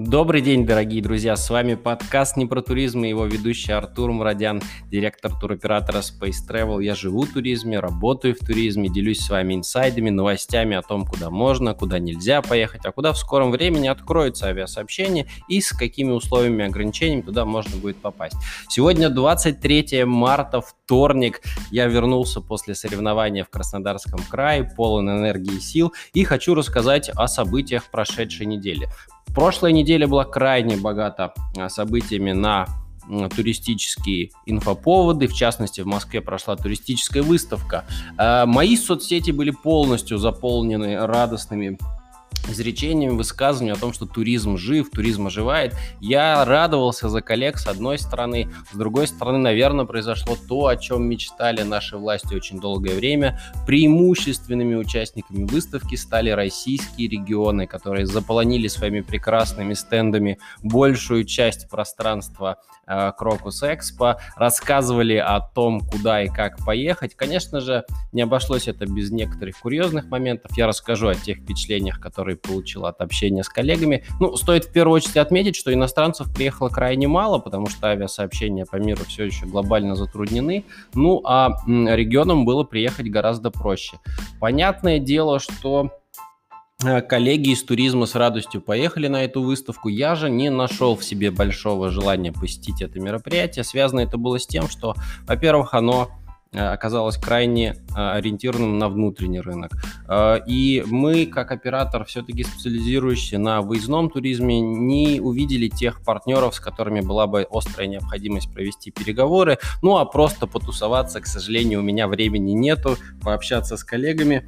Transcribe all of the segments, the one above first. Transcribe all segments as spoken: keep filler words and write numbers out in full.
Добрый день, дорогие друзья! С вами подкаст «Не про туризм» и его ведущий Артур Мурадян, директор туроператора Space Travel. Я живу в туризме, работаю в туризме, делюсь с вами инсайдами, новостями о том, куда можно, куда нельзя поехать, а куда в скором времени откроются авиасообщения и с какими условиями и ограничениями туда можно будет попасть. Сегодня двадцать третье марта, вторник. Я вернулся после соревнования в Краснодарском крае, полон энергии и сил, и хочу рассказать о событиях прошедшей недели. Прошлая неделя была крайне богата событиями на туристические инфоповоды. В частности, в Москве прошла туристическая выставка. Мои соцсети были полностью заполнены радостными изречениями, высказываниями о том, что туризм жив, туризм оживает. Я радовался за коллег с одной стороны, с другой стороны, наверное, произошло то, о чем мечтали наши власти очень долгое время. Преимущественными участниками выставки стали российские регионы, которые заполонили своими прекрасными стендами большую часть пространства э, Крокус Экспо, рассказывали о том, куда и как поехать. Конечно же, не обошлось это без некоторых курьезных моментов. Я расскажу о тех впечатлениях, которые получил от общения с коллегами. Ну, стоит в первую очередь отметить, что иностранцев приехало крайне мало, потому что авиасообщения по миру все еще глобально затруднены. Ну, а регионам было приехать гораздо проще. Понятное дело, что коллеги из туризма с радостью поехали на эту выставку. Я же не нашел в себе большого желания посетить это мероприятие. Связано это было с тем, что, во-первых, оно оказалось крайне ориентированным на внутренний рынок. И мы, как оператор, все-таки специализирующийся на выездном туризме, не увидели тех партнеров, с которыми была бы острая необходимость провести переговоры. Ну, а просто потусоваться, к сожалению, у меня времени нету, пообщаться с коллегами.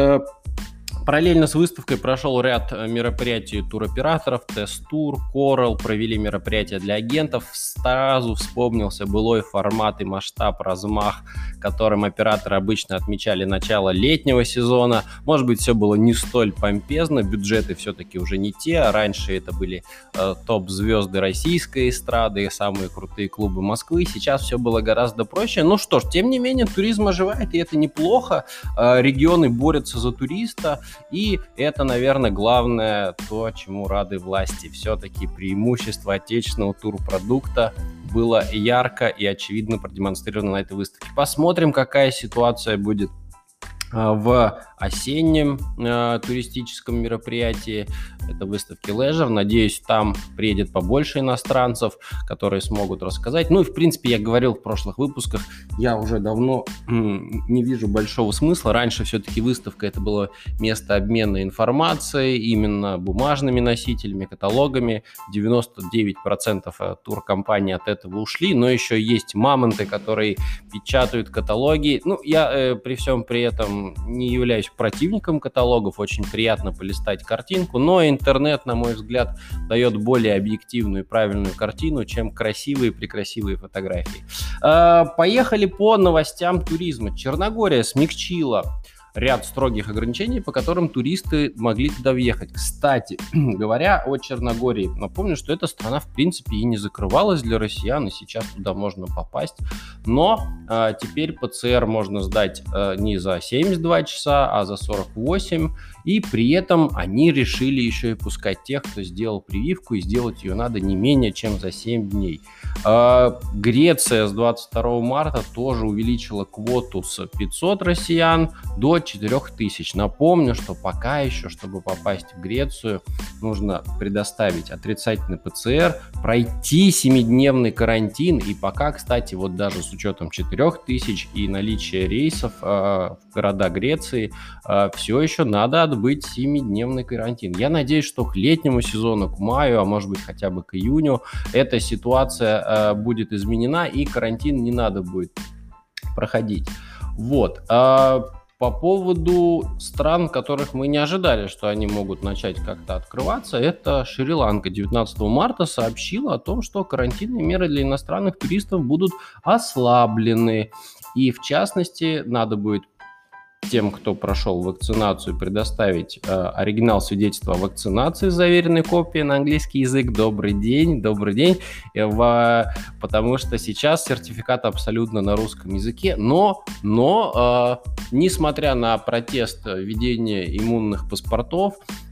Параллельно с выставкой прошел ряд мероприятий туроператоров, Тест-тур, Coral, провели мероприятия для агентов. Сразу вспомнился былой формат и масштаб, размах, которым операторы обычно отмечали начало летнего сезона. Может быть, все было не столь помпезно, бюджеты все-таки уже не те. Раньше это были э, топ-звезды российской эстрады, самые крутые клубы Москвы. Сейчас все было гораздо проще. Ну что ж, тем не менее, туризм оживает, и это неплохо. Э, регионы борются за туриста. И это, наверное, главное, то, чему рады власти. Все-таки преимущество отечественного турпродукта было ярко и очевидно продемонстрировано на этой выставке. Посмотрим, какая ситуация будет в осеннем э, туристическом мероприятии, это выставки Leisure. Надеюсь, там приедет побольше иностранцев, которые смогут рассказать. Ну и, в принципе, я говорил в прошлых выпусках, я уже давно м- не вижу большого смысла. Раньше все-таки выставка это было место обмена информацией, именно бумажными носителями, каталогами. девяносто девять процентов туркомпаний от этого ушли, но еще есть мамонты, которые печатают каталоги. Ну, я э, при всем при этом не являюсь противником каталогов, очень приятно полистать картинку, но интернет, на мой взгляд, дает более объективную и правильную картину, чем красивые-прекрасивые фотографии. Поехали по новостям туризма. Черногория смягчила ряд строгих ограничений, по которым туристы могли туда въехать. Кстати, говоря о Черногории, напомню, что эта страна в принципе и не закрывалась для россиян, и сейчас туда можно попасть, но э, теперь ПЦР можно сдать э, не за семьдесят два часа, а за сорок восемь, и при этом они решили еще и пускать тех, кто сделал прививку, и сделать ее надо не менее чем за семь дней. Э, Греция с двадцать второго марта тоже увеличила квоту с пятисот россиян до четырех тысяч. Напомню, что пока еще, чтобы попасть в Грецию, нужно предоставить отрицательный ПЦР, пройти семидневный карантин, и пока, кстати, вот даже с учетом четырех тысяч и наличия рейсов э, в города Греции, э, все еще надо отбыть семидневный карантин. Я надеюсь, что к летнему сезону, к маю, а может быть хотя бы к июню, эта ситуация э, будет изменена, и карантин не надо будет проходить. Вот. Э, По поводу стран, которых мы не ожидали, что они могут начать как-то открываться, это Шри-Ланка девятнадцатого марта сообщила о том, что карантинные меры для иностранных туристов будут ослаблены. И в частности, надо будет тем, кто прошел вакцинацию, предоставить э, оригинал свидетельства о вакцинации с заверенной копией на английский язык. Добрый день, добрый день. Э, в, потому что сейчас сертификат абсолютно на русском языке, но, но э, несмотря на протест введения иммунных паспортов,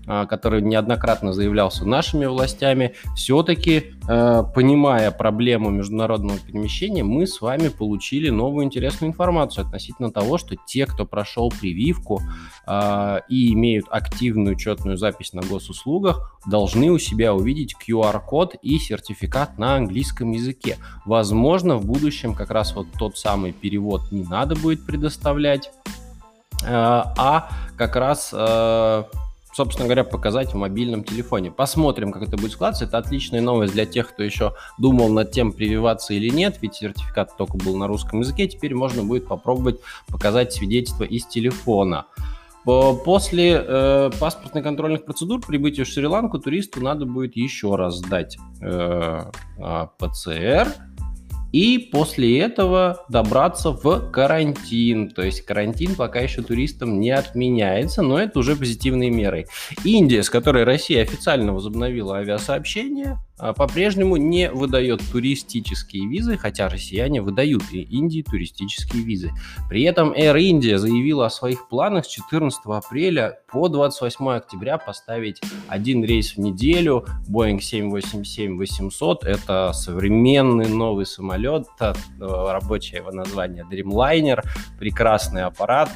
который неоднократно заявлялся нашими властями, все-таки, понимая проблему международного перемещения, мы с вами получили новую интересную информацию относительно того, что те, кто прошел прививку и имеют активную учетную запись на госуслугах, должны у себя увидеть ку ар-код и сертификат на английском языке. Возможно, в будущем как раз вот тот самый перевод не надо будет предоставлять, а как раз, собственно говоря, показать в мобильном телефоне. Посмотрим, как это будет складываться. Это отличная новость для тех, кто еще думал над тем, прививаться или нет, ведь сертификат только был на русском языке. Теперь можно будет попробовать показать свидетельство из телефона. После э, паспортных контрольных процедур прибытия в Шри-Ланку туристу надо будет еще раз сдать э, э, пэ цэ эр, и после этого добраться в карантин. То есть карантин пока еще туристам не отменяется, но это уже позитивные меры. Индия, с которой Россия официально возобновила авиасообщение, по-прежнему не выдает туристические визы, хотя россияне выдают и Индии туристические визы. При этом Air India заявила о своих планах с четырнадцатого апреля по двадцать восьмое октября поставить один рейс в неделю. Boeing семь восемь семь восемьсот, это современный новый самолет, рабочее его название Dreamliner, прекрасный аппарат,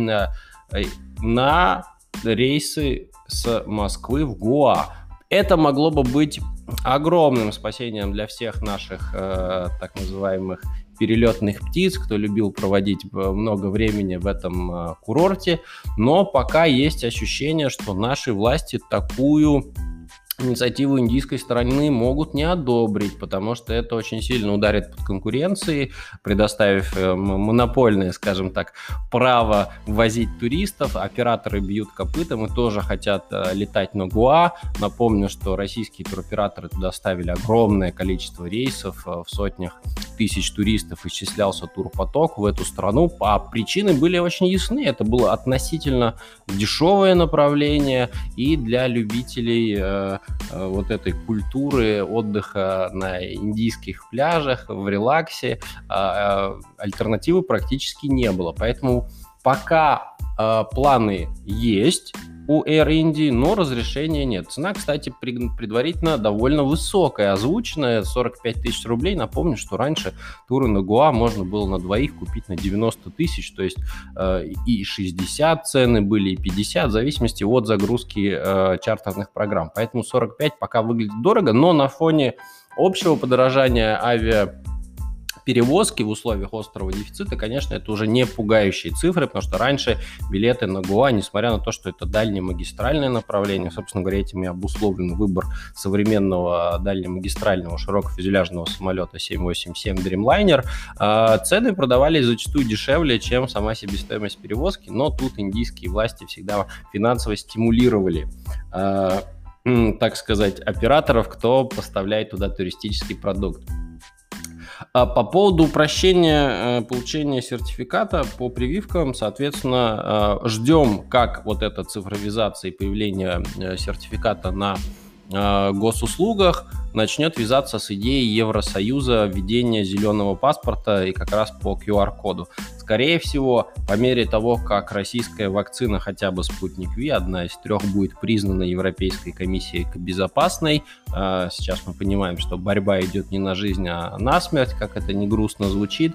на рейсы с Москвы в Гоа. Это могло бы быть огромным спасением для всех наших э, так называемых перелетных птиц, кто любил проводить много времени в этом э, курорте, но пока есть ощущение, что наши власти такую инициативу индийской стороны могут не одобрить, потому что это очень сильно ударит под конкуренцией, предоставив монопольное, скажем так, право возить туристов. Операторы бьют копытом и тоже хотят летать на Гоа. Напомню, что российские туроператоры туда ставили огромное количество рейсов, в сотнях тысяч туристов исчислялся турпоток в эту страну, а причины были очень ясны. Это было относительно дешевое направление, и для любителей э, вот этой культуры отдыха на индийских пляжах, в релаксе, альтернативы практически не было. Поэтому пока планы есть у Air India, но разрешения нет. Цена, кстати, предварительно довольно высокая, озвученная сорок пять тысяч рублей. Напомню, что раньше туры на Гоа можно было на двоих купить на девяносто тысяч, то есть э, и шестьдесят цены были, и пятьдесят, в зависимости от загрузки э, чартерных программ. Поэтому сорок пять пока выглядит дорого, но на фоне общего подорожания авиа перевозки в условиях острого дефицита, конечно, это уже не пугающие цифры, потому что раньше билеты на Гоа, несмотря на то, что это дальнее магистральное направление, собственно говоря, этим и обусловлен выбор современного дальнемагистрального широкофюзеляжного самолета семь восемь семь Dreamliner, цены продавались зачастую дешевле, чем сама себестоимость перевозки, но тут индийские власти всегда финансово стимулировали, так сказать, операторов, кто поставляет туда туристический продукт. По поводу упрощения получения сертификата по прививкам, соответственно, ждем, как вот эта цифровизация и появление сертификата на госуслугах начнет вязаться с идеей Евросоюза введения зеленого паспорта и как раз по ку ар-коду. Скорее всего, по мере того, как российская вакцина, хотя бы Спутник Ви, одна из трех, будет признана Европейской комиссией безопасной, сейчас мы понимаем, что борьба идет не на жизнь, а на смерть, как это не грустно звучит,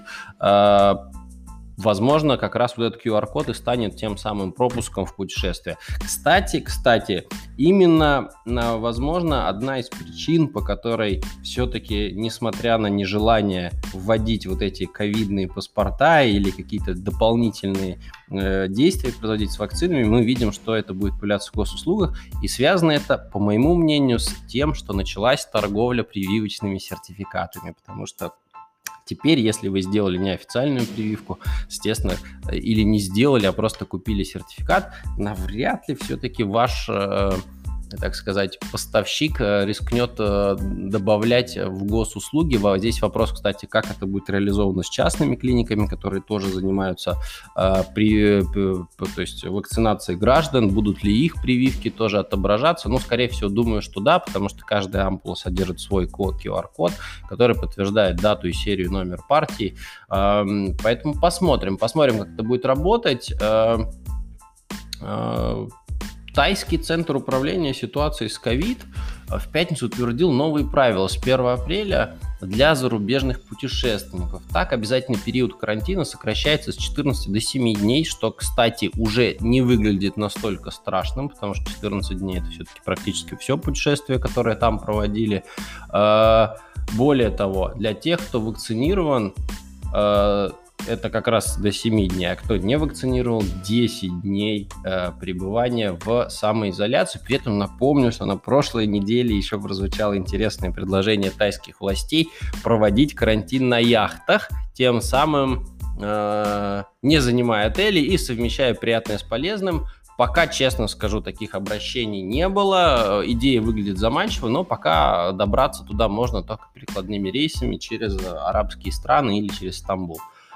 возможно, как раз вот этот ку ар-код и станет тем самым пропуском в путешествие. Кстати, кстати, именно, возможно, одна из причин, по которой все-таки, несмотря на нежелание вводить вот эти ковидные паспорта или какие-то дополнительные э, действия производить с вакцинами, мы видим, что это будет появляться в госуслугах, и связано это, по моему мнению, с тем, что началась торговля прививочными сертификатами, потому что теперь, если вы сделали неофициальную прививку, естественно, или не сделали, а просто купили сертификат, навряд ли все-таки ваш, э, так сказать, поставщик рискнет э, добавлять в госуслуги. Здесь вопрос, кстати, как это будет реализовано с частными клиниками, которые тоже занимаются э, при, э, то есть вакцинацией граждан, будут ли их прививки тоже отображаться. Ну, скорее всего, думаю, что да, потому что каждая ампула содержит свой код, ку ар-код, который подтверждает дату и серию, номер партии. Э, поэтому посмотрим, посмотрим, как это будет работать. Э, э, Тайский центр управления ситуацией с ковид в пятницу утвердил новые правила с первого апреля для зарубежных путешественников. Так, обязательный период карантина сокращается с четырнадцати до семи дней, что, кстати, уже не выглядит настолько страшным, потому что четырнадцать дней – это все-таки практически все путешествия, которые там проводили. Более того, для тех, кто вакцинирован, это как раз до семи дней, а кто не вакцинировал, десять дней э, пребывания в самоизоляции. При этом напомню, что на прошлой неделе еще прозвучало интересное предложение тайских властей проводить карантин на яхтах, тем самым э, не занимая отели и совмещая приятное с полезным. Пока, честно скажу, таких обращений не было. Идея выглядит заманчиво, но пока добраться туда можно только перекладными рейсами через арабские страны или через Стамбул.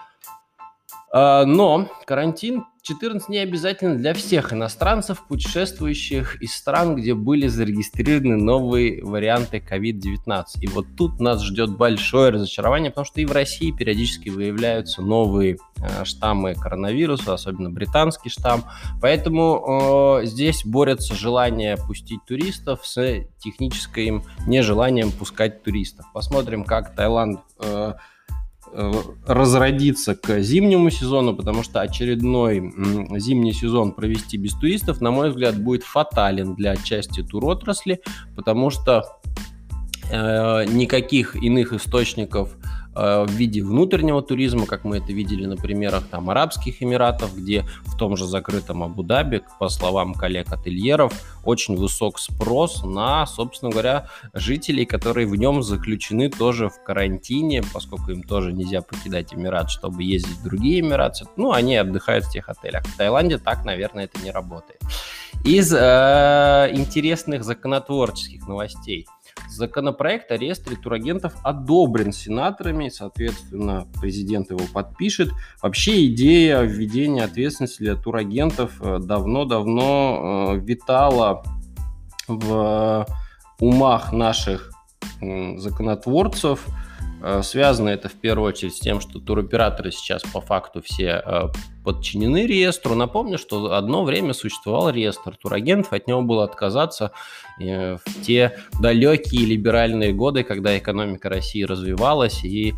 Но карантин четырнадцать дней обязательно для всех иностранцев, путешествующих из стран, где были зарегистрированы новые варианты ковид девятнадцать. И вот тут нас ждет большое разочарование, потому что и в России периодически выявляются новые э, штаммы коронавируса, особенно британский штамм. Поэтому э, здесь борется желание пустить туристов с техническим нежеланием пускать туристов. Посмотрим, как Таиланд Э, разродиться к зимнему сезону, потому что очередной м, зимний сезон провести без туристов, на мой взгляд, будет фатален для части туротрасли, потому что э, никаких иных источников э, в виде внутреннего туризма, как мы это видели на примерах там Арабских Эмиратов, где в том же закрытом Абу-Даби, по словам коллег-ательеров, очень высок спрос на, собственно говоря, жителей, которые в нем заключены тоже в карантине, поскольку им тоже нельзя покидать Эмират, чтобы ездить в другие Эмираты. Ну, они отдыхают в тех отелях. В Таиланде так, наверное, это не работает. Из э, интересных законотворческих новостей. Законопроект о реестре турагентов одобрен сенаторами, соответственно, президент его подпишет. Вообще идея введения ответственности для турагентов давно-давно э, витала в умах наших э, законотворцев. Э, связано это в первую очередь с тем, что туроператоры сейчас по факту все э, подчинены реестру. Напомню, что одно время существовал реестр турагентов, от него было отказаться э, в те далекие либеральные годы, когда экономика России развивалась, и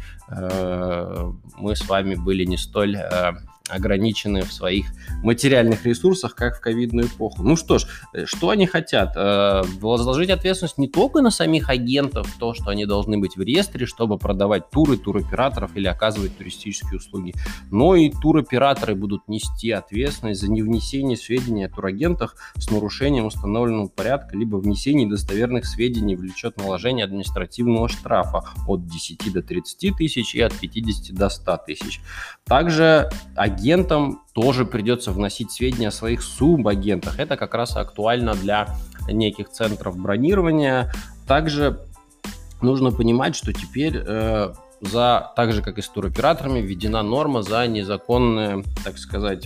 э, мы с вами были не столь э, ограничены в своих материальных ресурсах, как в ковидную эпоху. Ну что ж, что они хотят? Э, возложить ответственность не только на самих агентов, то, что они должны быть в реестре, чтобы продавать туры, туроператоров или оказывать туристические услуги, но и туроператоры будут нести ответственность за невнесение сведений о турагентах с нарушением установленного порядка, либо внесение недостоверных сведений влечет наложение административного штрафа от десяти до тридцати тысяч и от пятидесяти до ста тысяч. Также агентам тоже придется вносить сведения о своих субагентах. Это как раз актуально для неких центров бронирования. Также нужно понимать, что теперь э, за, так же как и с туроператорами, введена норма за незаконное, так сказать,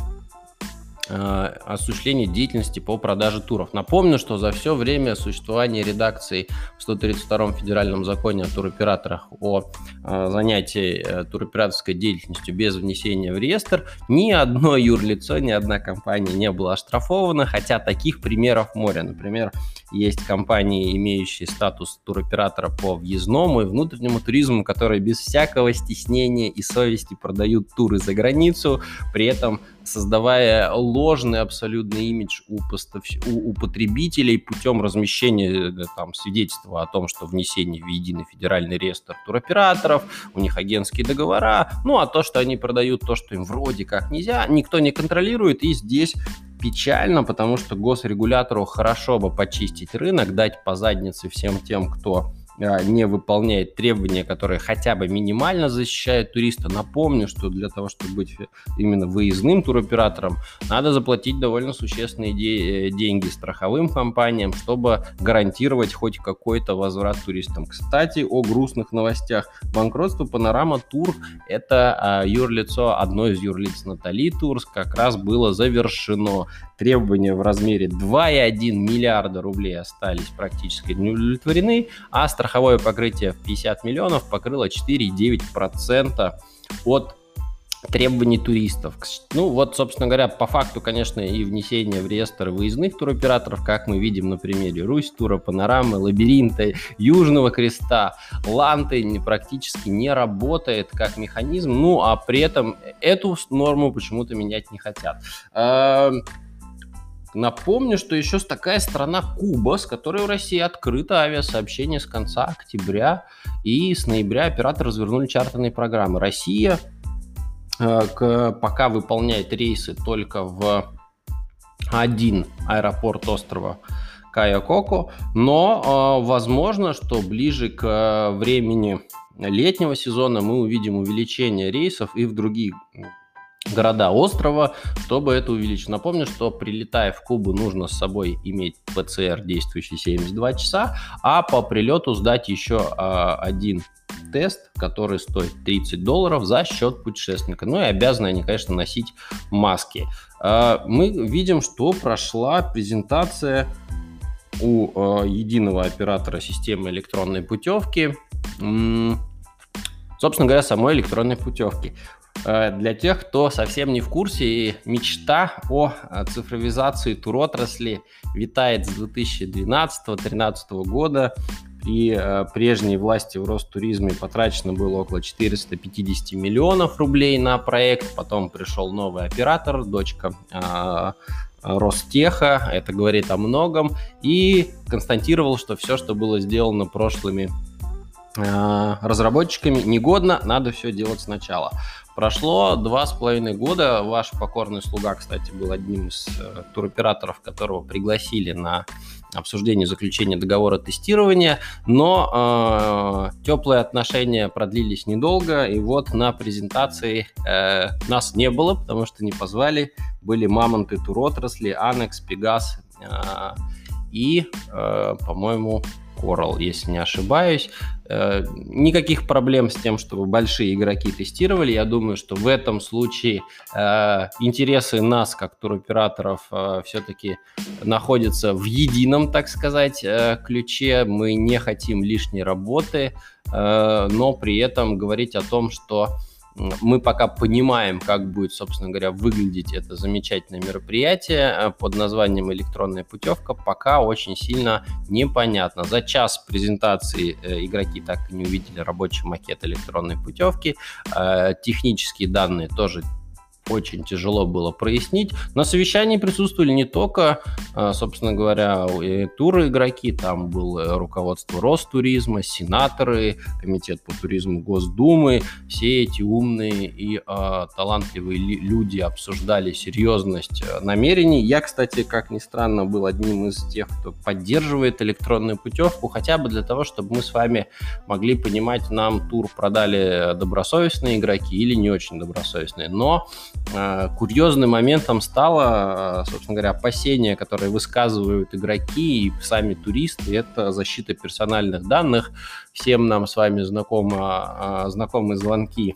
осуществление деятельности по продаже туров. Напомню, что за все время существования редакции в сто тридцать втором федеральном законе о туроператорах о занятии туроператорской деятельностью без внесения в реестр ни одно юрлицо, ни одна компания не была оштрафована, хотя таких примеров море. Например, есть компании, имеющие статус туроператора по въездному и внутреннему туризму, которые без всякого стеснения и совести продают туры за границу, при этом создавая ложный абсолютный имидж у, поставщ... у, у потребителей путем размещения там, свидетельства о том, что внесение в единый федеральный реестр туроператоров, у них агентские договора, ну а то, что они продают то, что им вроде как нельзя, никто не контролирует, и здесь печально, потому что госрегулятору хорошо бы почистить рынок, дать по заднице всем тем, кто не выполняет требования, которые хотя бы минимально защищают туриста. Напомню, что для того, чтобы быть именно выездным туроператором, надо заплатить довольно существенные де- деньги страховым компаниям, чтобы гарантировать хоть какой-то возврат туристам. Кстати, о грустных новостях. Банкротство Панорама Тур, это а, юрлицо, одно из юрлиц Натали Турс, как раз было завершено. Требования в размере два и одна миллиарда рублей остались практически не удовлетворены, а страховое покрытие в пятьдесят миллионов покрыло четыре и девять десятых процента от требований туристов. Ну, вот, собственно говоря, по факту, конечно, и внесение в реестр выездных туроператоров, как мы видим на примере Русь-тура, Панорамы, Лабиринта, Южного Креста, Ланты практически не работает как механизм, ну, а при этом эту норму почему-то менять не хотят. Напомню, что еще такая страна Куба, с которой в России открыто авиасообщение с конца октября, и с ноября операторы развернули чартерные программы. Россия К, пока выполняет рейсы только в один аэропорт острова Кайо-Коко, но э, возможно, что ближе к времени летнего сезона мы увидим увеличение рейсов и в другие города острова, чтобы это увеличить. Напомню, что прилетая в Кубу, нужно с собой иметь ПЦР, действующий семьдесят два часа, а по прилету сдать еще э, один тест, который стоит тридцать долларов за счет путешественника. Ну и обязаны они, конечно, носить маски. Мы видим, что прошла презентация у единого оператора системы электронной путевки, собственно говоря, самой электронной путевки. Для тех, кто совсем не в курсе, мечта о цифровизации туротрасли витает с две тысячи двенадцатого-две тысячи тринадцатого года. При э, прежней власти в Ростуризме потрачено было около четыреста пятьдесят миллионов рублей на проект. Потом пришел новый оператор, дочка э, Ростеха. Это говорит о многом. И констатировал, что все, что было сделано прошлыми э, разработчиками, негодно, надо все делать сначала. Прошло два с половиной года. Ваш покорный слуга, кстати, был одним из э, туроператоров, которого пригласили на обсуждение заключения договора тестирования, но э, теплые отношения продлились недолго, и вот на презентации э, нас не было, потому что не позвали, были мамонты туротрасли, Анекс, Пегас э, и, э, по-моему, Coral, если не ошибаюсь. Э, никаких проблем с тем, чтобы большие игроки тестировали. Я думаю, что в этом случае э, интересы нас, как туроператоров, э, все-таки находятся в едином, так сказать, э, ключе. Мы не хотим лишней работы, э, но при этом говорить о том, что мы пока понимаем, как будет, собственно говоря, выглядеть это замечательное мероприятие под названием «Электронная путевка», пока очень сильно непонятно. За час презентации игроки так и не увидели рабочий макет электронной путевки. Технические данные тоже очень тяжело было прояснить. На совещании присутствовали не только, собственно говоря, туры-игроки, там было руководство Ростуризма, сенаторы, комитет по туризму Госдумы. Все эти умные и э, талантливые люди обсуждали серьезность намерений. Я, кстати, как ни странно, был одним из тех, кто поддерживает электронную путевку, хотя бы для того, чтобы мы с вами могли понимать, нам тур продали добросовестные игроки или не очень добросовестные. Но курьезным моментом стало, собственно говоря, опасения, которые высказывают игроки и сами туристы, это защита персональных данных. Всем нам с вами знакомо, знакомы звонки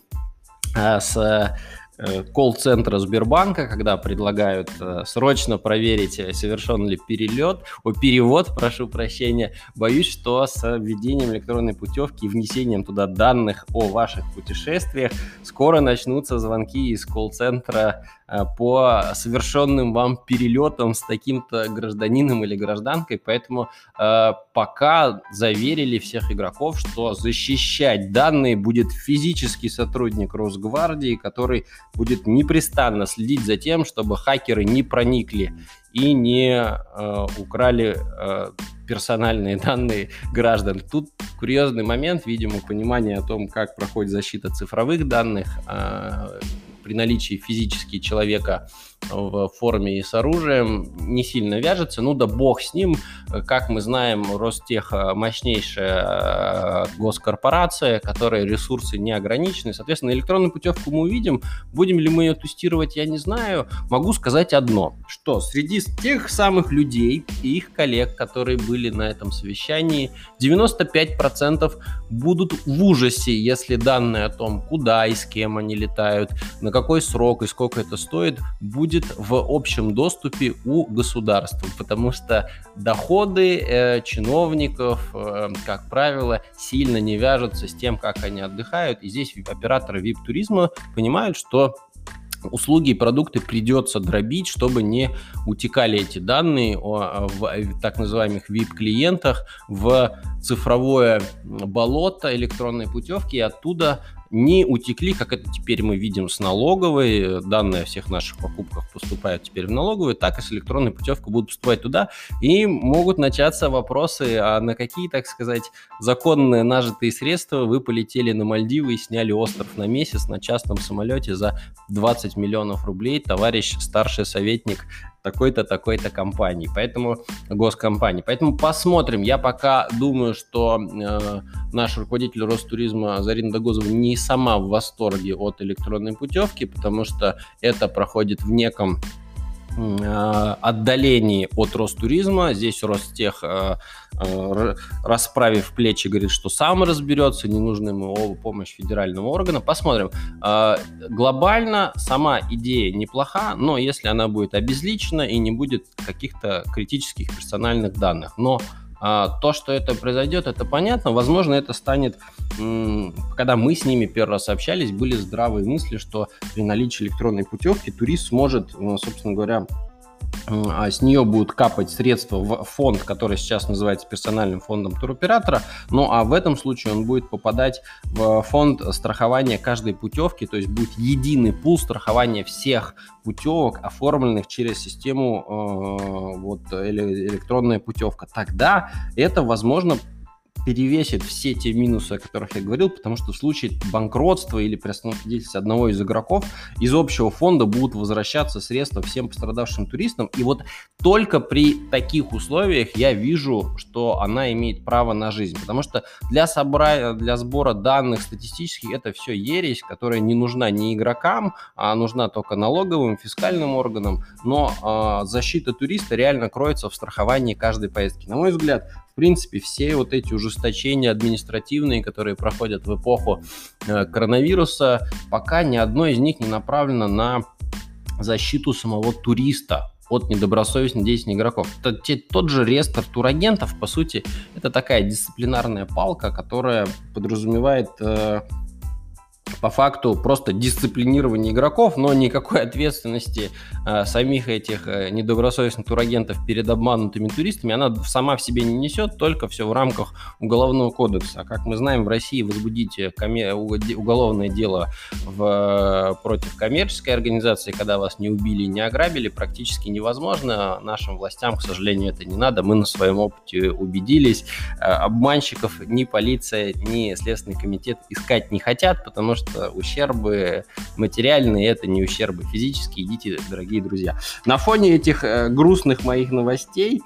с колл-центра Сбербанка, когда предлагают э, срочно проверить, совершен ли перелет, о, перевод, прошу прощения. Боюсь, что с введением электронной путевки и внесением туда данных о ваших путешествиях скоро начнутся звонки из колл-центра э, по совершенным вам перелетам с таким-то гражданином или гражданкой. Поэтому э, пока заверили всех игроков, что защищать данные будет физический сотрудник Росгвардии, который будет непрестанно следить за тем, чтобы хакеры не проникли и не э, украли э, персональные данные граждан. Тут курьезный момент, видимо, понимание о том, как проходит защита цифровых данных э, при наличии физически человека в форме и с оружием не сильно вяжется. Ну да бог с ним. Как мы знаем, Ростех мощнейшая госкорпорация, которой ресурсы не ограничены. Соответственно, электронную путевку мы увидим. Будем ли мы ее тестировать, я не знаю. Могу сказать одно, что среди тех самых людей и их коллег, которые были на этом совещании, девяносто пять процентов будут в ужасе, если данные о том, куда и с кем они летают, на какой срок и сколько это стоит, будет в общем доступе у государства, потому что доходы э, чиновников, э, как правило, сильно не вяжутся с тем, как они отдыхают, и здесь операторы ви ай пи-туризма понимают, что услуги и продукты придется дробить, чтобы не утекали эти данные о, в так называемых ви ай пи-клиентах в цифровое болото электронной путевки, и оттуда не утекли, как это теперь мы видим с налоговой. Данные о всех наших покупках поступают теперь в налоговую, так и с электронной путевкой будут поступать туда, и могут начаться вопросы, а на какие, так сказать, законные нажитые средства вы полетели на Мальдивы и сняли остров на месяц на частном самолете за двадцать миллионов рублей, товарищ старший советник такой-то, такой-то компании, поэтому госкомпании. Поэтому посмотрим. Я пока думаю, что э, наш руководитель Ростуризма Зарина Дагозова не сама в восторге от электронной путевки, потому что это проходит в неком отдалении от Ростуризма. Здесь Ростех, расправив плечи, говорит, что сам разберется, не нужна ему помощь федерального органа. Посмотрим. Глобально сама идея неплоха, но если она будет обезличена и не будет каких-то критических персональных данных. Но то, что это произойдет, это понятно. Возможно, это станет... Когда мы с ними первый раз общались, были здравые мысли, что при наличии электронной путевки турист сможет, собственно говоря, с нее будут капать средства в фонд, который сейчас называется персональным фондом туроператора. Ну а в этом случае он будет попадать в фонд страхования каждой путевки, то есть будет единый пул страхования всех путевок, оформленных через систему э, вот, электронная путевка. Тогда это, возможно, перевесит все те минусы, о которых я говорил, потому что в случае банкротства или приостановки деятельности одного из игроков из общего фонда будут возвращаться средства всем пострадавшим туристам. И вот только при таких условиях я вижу, что она имеет право на жизнь. Потому что для, собра... для сбора данных статистических это все ересь, которая не нужна ни игрокам, а нужна только налоговым, фискальным органам. Но э, защита туриста реально кроется в страховании каждой поездки. На мой взгляд, в принципе, все вот эти ужесточения административные, которые проходят в эпоху э, коронавируса, пока ни одно из них не направлено на защиту самого туриста от недобросовестных деятельных игроков. Это те, тот же реестр турагентов, по сути, это такая дисциплинарная палка, которая подразумевает... Э, по факту просто дисциплинирование игроков, но никакой ответственности э, самих этих э, недобросовестных турагентов перед обманутыми туристами она сама в себе не несет, только все в рамках Уголовного кодекса. Как мы знаем, в России возбудить коммер... уголовное дело в... против коммерческой организации, когда вас не убили и не ограбили, практически невозможно. Нашим властям, к сожалению, это не надо. Мы на своем опыте убедились. Э, обманщиков ни полиция, ни Следственный комитет искать не хотят, потому что что ущербы материальные, это не ущербы физические. Идите, дорогие друзья. На фоне этих э, грустных моих новостей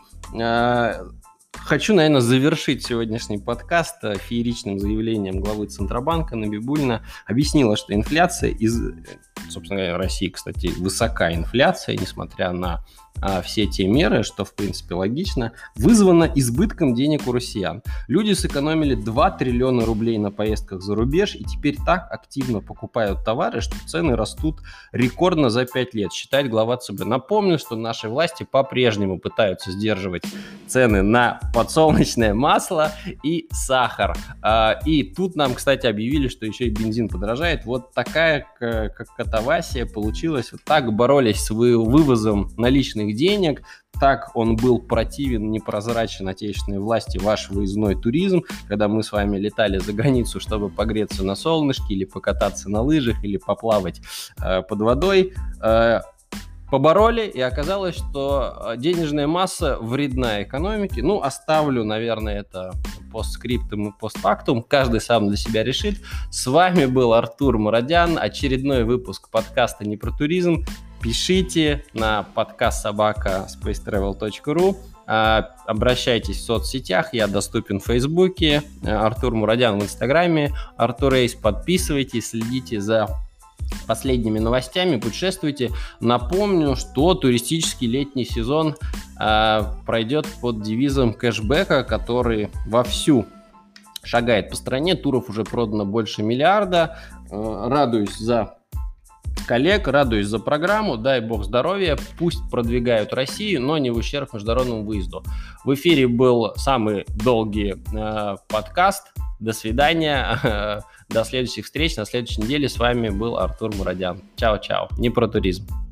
э, хочу, наверное, завершить сегодняшний подкаст э, фееричным заявлением главы Центробанка Набибуллина. Объяснила, что инфляция из... Собственно говоря, в России, кстати, высока инфляция, несмотря на а, все те меры, что, в принципе, логично, вызвана избытком денег у россиян. Люди сэкономили два триллиона рублей на поездках за рубеж и теперь так активно покупают товары, что цены растут рекордно за пять лет, считает глава ЦБ. Напомню, что наши власти по-прежнему пытаются сдерживать цены на подсолнечное масло и сахар. А, и тут нам, кстати, объявили, что еще и бензин подорожает. Вот такая, как катавасия получилась. Вот так боролись с вывозом наличных денег, так он был противен, непрозрачен отечественной власти ваш выездной туризм, когда мы с вами летали за границу, чтобы погреться на солнышке или покататься на лыжах, или поплавать э, под водой. Э, побороли, и оказалось, что денежная масса вредна экономике. Ну, оставлю, наверное, это постскриптум и постфактум. Каждый сам для себя решит. С вами был Артур Мурадян. Очередной выпуск подкаста «Не про туризм». Пишите на подкаст собака спейс трэвел точка ру. Обращайтесь в соцсетях. Я доступен в Фейсбуке. Артур Мурадян в Инстаграме. Артур Рейс. Подписывайтесь, следите за последними новостями, путешествуйте. Напомню, что туристический летний сезон э, пройдет под девизом кэшбэка, который вовсю шагает по стране. Туров уже продано больше миллиарда. Э, радуюсь за коллег, радуюсь за программу, дай бог здоровья, пусть продвигают Россию, но не в ущерб международному выезду. В эфире был самый долгий э, подкаст. До свидания, до следующих встреч на следующей неделе. С вами был Артур Мурадян. Чао-чао. Не про туризм.